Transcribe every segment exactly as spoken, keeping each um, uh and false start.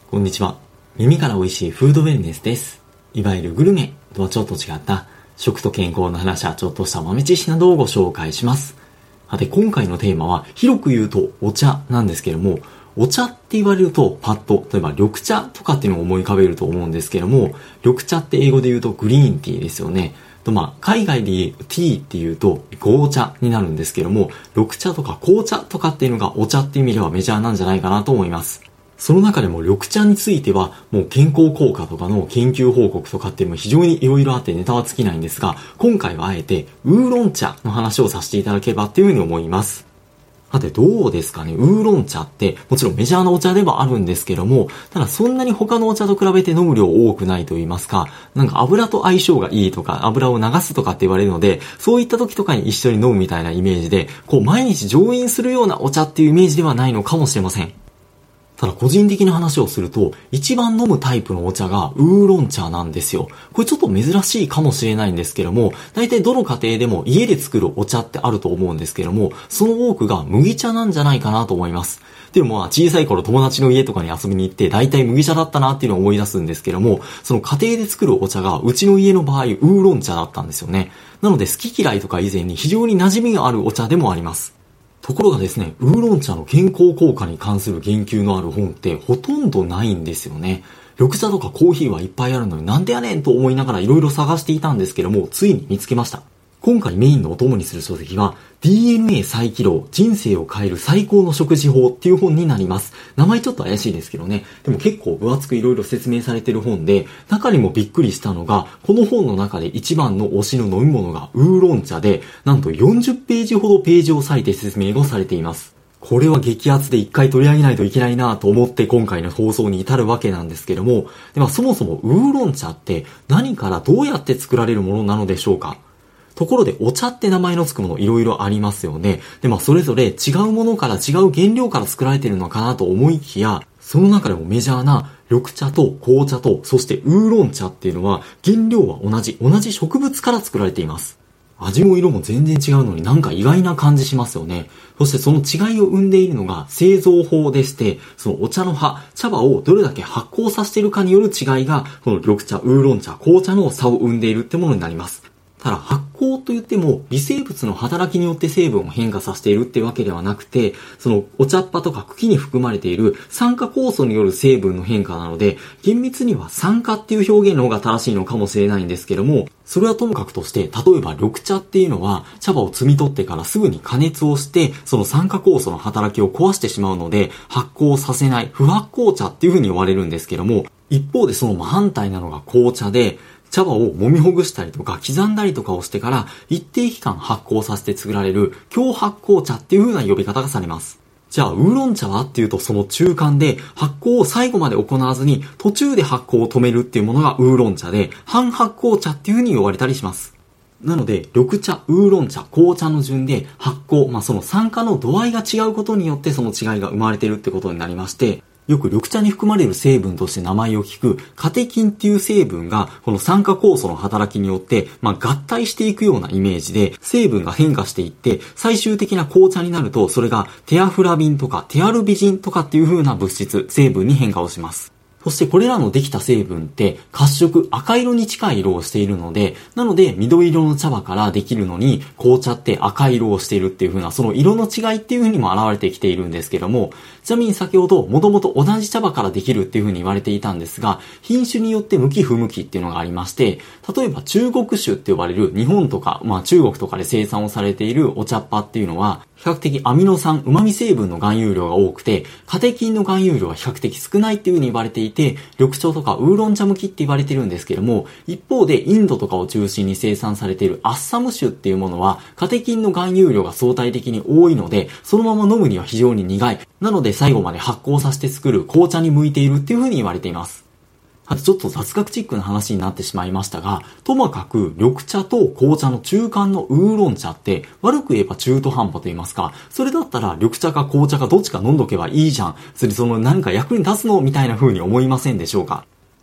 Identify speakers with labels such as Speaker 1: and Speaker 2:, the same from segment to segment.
Speaker 1: こんにちは。耳から美味しいフードウェルネスです。いわゆるグルメとはちょっと違った食と健康の話やちょっとした豆知識などをご紹介します。さて今回のテーマは広く言うとお茶なんですけども、お茶って言われるとパッと例えば緑茶とかっていうのを思い浮かべると思うんですけども、緑茶って英語で言うとグリーンティーですよね。とまあ海外で言うティーっていうと紅茶になるんですけども、緑茶とか紅茶とかっていうのがお茶っていう意味ではメジャーなんじゃないかなと思います。その中でも緑茶についてはもう健康効果とかの研究報告とかっていうのも非常にいろいろあってネタは尽きないんですが、今回はあえてウーロン茶の話をさせていただければっていうふうに思います。さてどうですかね。ウーロン茶ってもちろんメジャーなお茶ではあるんですけども、ただそんなに他のお茶と比べて飲む量多くないと言いますか、なんか油と相性がいいとか油を流すとかって言われるので、そういった時とかに一緒に飲むみたいなイメージで、こう毎日乗飲するようなお茶っていうイメージではないのかもしれません。ただ個人的な話をすると、一番飲むタイプのお茶がウーロン茶なんですよ。これちょっと珍しいかもしれないんですけども、大体どの家庭でも家で作るお茶ってあると思うんですけども、その多くが麦茶なんじゃないかなと思います。でもまあ小さい頃友達の家とかに遊びに行って大体麦茶だったなっていうのを思い出すんですけども、その家庭で作るお茶がうちの家の場合ウーロン茶だったんですよね。なので好き嫌いとか以前に非常に馴染みがあるお茶でもあります。ところがですね、ウーロン茶の健康効果に関する言及のある本ってほとんどないんですよね。緑茶とかコーヒーはいっぱいあるのになんでやねんと思いながらいろいろ探していたんですけども、ついに見つけました。今回メインのお供にする書籍は ディーエヌエー 再起動人生を変える最高の食事法っていう本になります。名前ちょっと怪しいですけどね。でも結構分厚くいろいろ説明されてる本で、中にもびっくりしたのが、この本の中で一番の推しの飲み物がウーロン茶で、なんとよんじゅっページほどページを割いて説明をされています。これは激アツで一回取り上げないといけないなと思って今回の放送に至るわけなんですけども、ではそもそもウーロン茶って何からどうやって作られるものなのでしょうか。ところでお茶って名前の付くものいろいろありますよね。で、まあそれぞれ違うものから違う原料から作られているのかなと思いきや、その中でもメジャーな緑茶と紅茶とそしてウーロン茶っていうのは原料は同じ、同じ植物から作られています。味も色も全然違うのになんか意外な感じしますよね。そしてその違いを生んでいるのが製造法でして、そのお茶の葉、茶葉をどれだけ発酵させているかによる違いが、この緑茶、ウーロン茶、紅茶の差を生んでいるってものになります。ただ発酵といっても微生物の働きによって成分を変化させているっていうわけではなくて、そのお茶っ葉とか茎に含まれている酸化酵素による成分の変化なので、厳密には酸化っていう表現の方が正しいのかもしれないんですけども、それはともかくとして、例えば緑茶っていうのは茶葉を摘み取ってからすぐに加熱をしてその酸化酵素の働きを壊してしまうので発酵させない不発酵茶っていう風に言われるんですけども、一方でその真反対なのが紅茶で、茶葉を揉みほぐしたりとか刻んだりとかをしてから一定期間発酵させて作られる強発酵茶っていう風な呼び方がされます。じゃあウーロン茶はっていうとその中間で発酵を最後まで行わずに途中で発酵を止めるっていうものがウーロン茶で、半発酵茶っていう風に呼ばれたりします。なので緑茶、ウーロン茶、紅茶の順で発酵、まあその酸化の度合いが違うことによってその違いが生まれているってことになりまして、よく緑茶に含まれる成分として名前を聞くカテキンっていう成分がこの酸化酵素の働きによってまあ合体していくようなイメージで成分が変化していって、最終的な紅茶になるとそれがテアフラビンとかテアルビジンとかっていう風な物質、成分に変化をします。そしてこれらのできた成分って褐色、赤色に近い色をしているので、なので緑色の茶葉からできるのに紅茶って赤い色をしているっていう風な、その色の違いっていう風にも現れてきているんですけども、ちなみに先ほどもともと同じ茶葉からできるっていう風に言われていたんですが、品種によって向き不向きっていうのがありまして、例えば中国種って呼ばれる日本とか、まあ中国とかで生産をされているお茶っ葉っていうのは、比較的アミノ酸、旨味成分の含有量が多くて、カテキンの含有量は比較的少ないっていう風に言われていて、緑茶とかウーロン茶向きって言われてるんですけども、一方でインドとかを中心に生産されているアッサム種っていうものはカテキンの含有量が相対的に多いので、そのまま飲むには非常に苦い。なので最後まで発酵させて作る紅茶に向いているっていう風に言われています。あとちょっと雑学チックな話になってしまいましたが、ともかく緑茶と紅茶の中間のウーロン茶って悪く言えば中途半端と言いますか、それだったら緑茶か紅茶かどっちか飲んどけばいいじゃん、それその何か役に立つのみたいな風に思いませんでしょうか。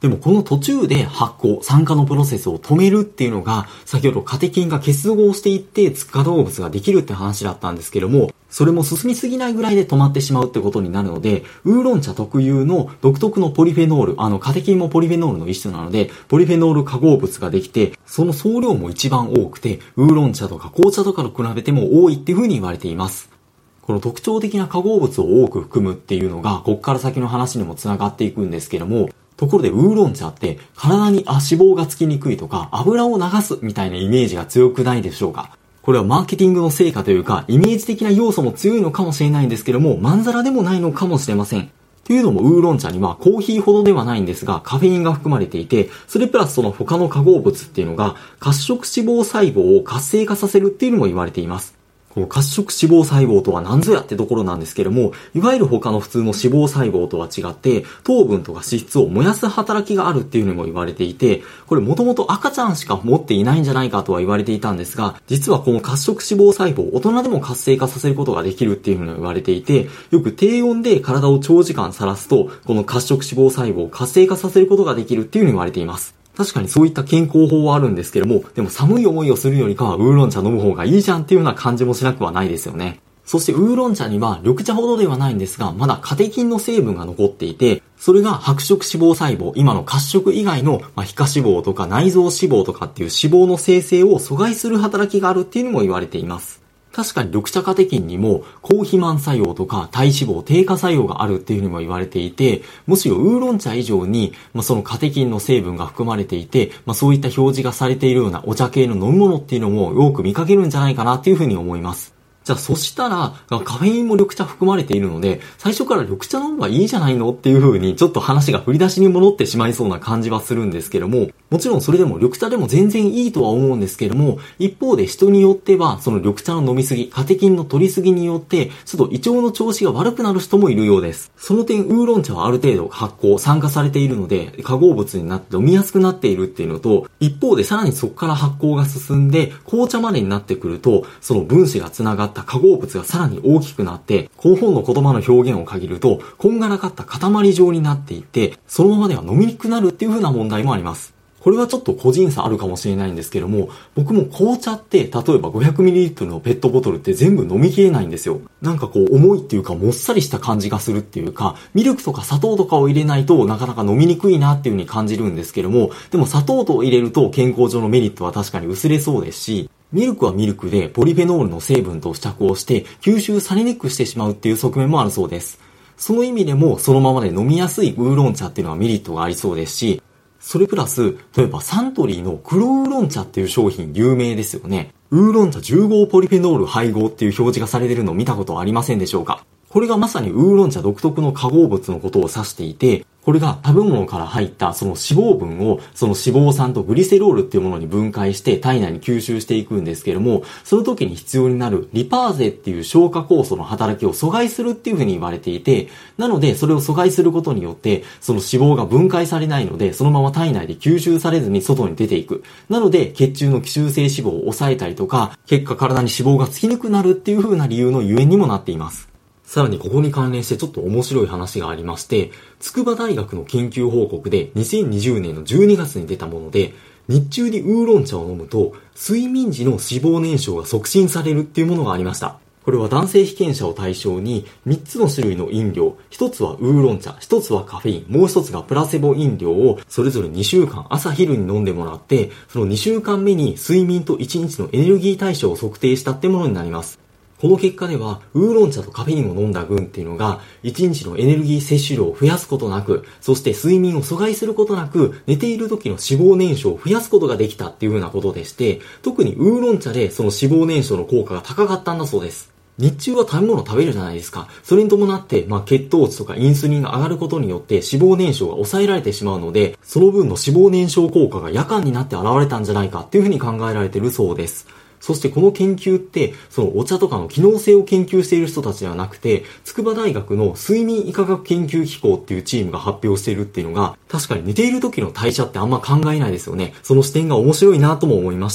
Speaker 1: でもこの途中で発酵、酸化のプロセスを止めるっていうのが、先ほどカテキンが結合していって化合物ができるって話だったんですけども、それも進みすぎないぐらいで止まってしまうってことになるので、ウーロン茶特有の独特のポリフェノール、あのカテキンもポリフェノールの一種なので、ポリフェノール化合物ができて、その総量も一番多くて、ウーロン茶とか紅茶とかと比べても多いっていう風に言われています。この特徴的な化合物を多く含むっていうのが、こっから先の話にもつながっていくんですけども、ところでウーロン茶って体にあ脂肪がつきにくいとか油を流すみたいなイメージが強くないでしょうか。これはマーケティングの成果というかイメージ的な要素も強いのかもしれないんですけども、まんざらでもないのかもしれません。というのもウーロン茶にはコーヒーほどではないんですがカフェインが含まれていて、それプラスその他の化合物っていうのが褐色脂肪細胞を活性化させるっていうのも言われています。この褐色脂肪細胞とは何ぞやってところなんですけども、いわゆる他の普通の脂肪細胞とは違って糖分とか脂質を燃やす働きがあるっていうのも言われていて、これもともと赤ちゃんしか持っていないんじゃないかとは言われていたんですが、実はこの褐色脂肪細胞を大人でも活性化させることができるっていうのが言われていて、よく低温で体を長時間さらすとこの褐色脂肪細胞を活性化させることができるっていうのに言われています。確かにそういった健康法はあるんですけども、でも寒い思いをするよりかはウーロン茶飲む方がいいじゃんっていうような感じもしなくはないですよね。そしてウーロン茶には緑茶ほどではないんですが、まだカテキンの成分が残っていて、それが白色脂肪細胞、今の褐色以外の、まあ、皮下脂肪とか内臓脂肪とかっていう脂肪の生成を阻害する働きがあるっていうのも言われています。確かに緑茶カテキンにも高肥満作用とか体脂肪低下作用があるっていうふうにも言われていて、むしろウーロン茶以上に、まあ、そのカテキンの成分が含まれていて、まあ、そういった表示がされているようなお茶系の飲み物っていうのもよく見かけるんじゃないかなっていうふうに思います。じゃあそしたらカフェインも緑茶含まれているので、最初から緑茶飲む方がいいじゃないのっていう風にちょっと話が振り出しに戻ってしまいそうな感じはするんですけども、もちろんそれでも緑茶でも全然いいとは思うんですけども、一方で人によってはその緑茶の飲みすぎ、カテキンの取りすぎによってちょっと胃腸の調子が悪くなる人もいるようです。その点ウーロン茶はある程度発酵、酸化されているので化合物になって飲みやすくなっているっていうのと、一方でさらにそこから発酵が進んで紅茶までになってくると、その分子がつながった化合物がさらに大きくなって、この本の言葉の表現を限るとこんがらかった塊状になっていて、そのままでは飲みにくくなるっていう風な問題もあります。これはちょっと個人差あるかもしれないんですけども、僕も紅茶って例えば ごひゃくミリリットル のペットボトルって全部飲みきれないんですよ。なんかこう重いっていうかもっさりした感じがするっていうか、ミルクとか砂糖とかを入れないとなかなか飲みにくいなっていう風に感じるんですけども、でも砂糖と入れると健康上のメリットは確かに薄れそうですし、ミルクはミルクでポリフェノールの成分と付着をして吸収されにくくしてしまうっていう側面もあるそうです。その意味でもそのままで飲みやすいウーロン茶っていうのはメリットがありそうですし、それプラス、例えばサントリーの黒ウーロン茶っていう商品有名ですよね。ウーロン茶じゅうごポリフェノール配合っていう表示がされているのを見たことはありませんでしょうか。これがまさにウーロン茶独特の化合物のことを指していて、これが食べ物から入ったその脂肪分をその脂肪酸とグリセロールっていうものに分解して体内に吸収していくんですけども、その時に必要になるリパーゼっていう消化酵素の働きを阻害するっていうふうに言われていて、なのでそれを阻害することによってその脂肪が分解されないので、そのまま体内で吸収されずに外に出ていく。なので血中の基中性脂肪を抑えたりとか、結果体に脂肪がつきにくくなるっていうふうな理由のゆえんにもなっています。さらにここに関連してちょっと面白い話がありまして、筑波大学の研究報告でにせんにじゅうねんのじゅうにがつに出たもので、日中にウーロン茶を飲むと睡眠時の脂肪燃焼が促進されるっていうものがありました。これは男性被験者を対象にみっつの種類の飲料、ひとつはウーロン茶、ひとつはカフェイン、もうひとつがプラセボ飲料をそれぞれにしゅうかん朝昼に飲んでもらって、そのにしゅうかんめに睡眠といちにちのエネルギー代謝を測定したってものになります。この結果ではウーロン茶とカフェインを飲んだ群っていうのがいちにちのエネルギー摂取量を増やすことなく、そして睡眠を阻害することなく寝ている時の脂肪燃焼を増やすことができたっていう風なことでして、特にウーロン茶でその脂肪燃焼の効果が高かったんだそうです。日中は食べ物を食べるじゃないですか。それに伴って、まあ、血糖値とかインスリンが上がることによって脂肪燃焼が抑えられてしまうので、その分の脂肪燃焼効果が夜間になって現れたんじゃないかっていう風に考えられているそうです。そしてこの研究って、そのお茶とかの機能性を研究している人たちではなくて、筑波大学の睡眠医科学研究機構っていうチームが発表しているっていうのが、確かに寝ている時の代謝ってあんま考えないですよね。その視点が面白いなとも思いました。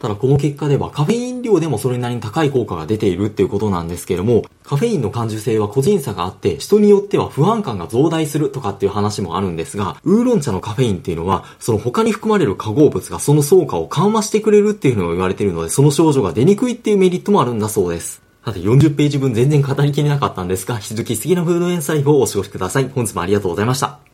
Speaker 1: ただこの結果ではカフェイン量でもそれなりに高い効果が出ているっていうことなんですけども、カフェインの感受性は個人差があって人によっては不安感が増大するとかっていう話もあるんですが、ウーロン茶のカフェインっていうのはその他に含まれる化合物がその効果を緩和してくれるっていうのを言われているので、その症状が出にくいっていうメリットもあるんだそうです。さてよんじゅっページ分全然語りきれなかったんですが、引き続き素敵なフードエンサイフをお過ごしください。本日もありがとうございました。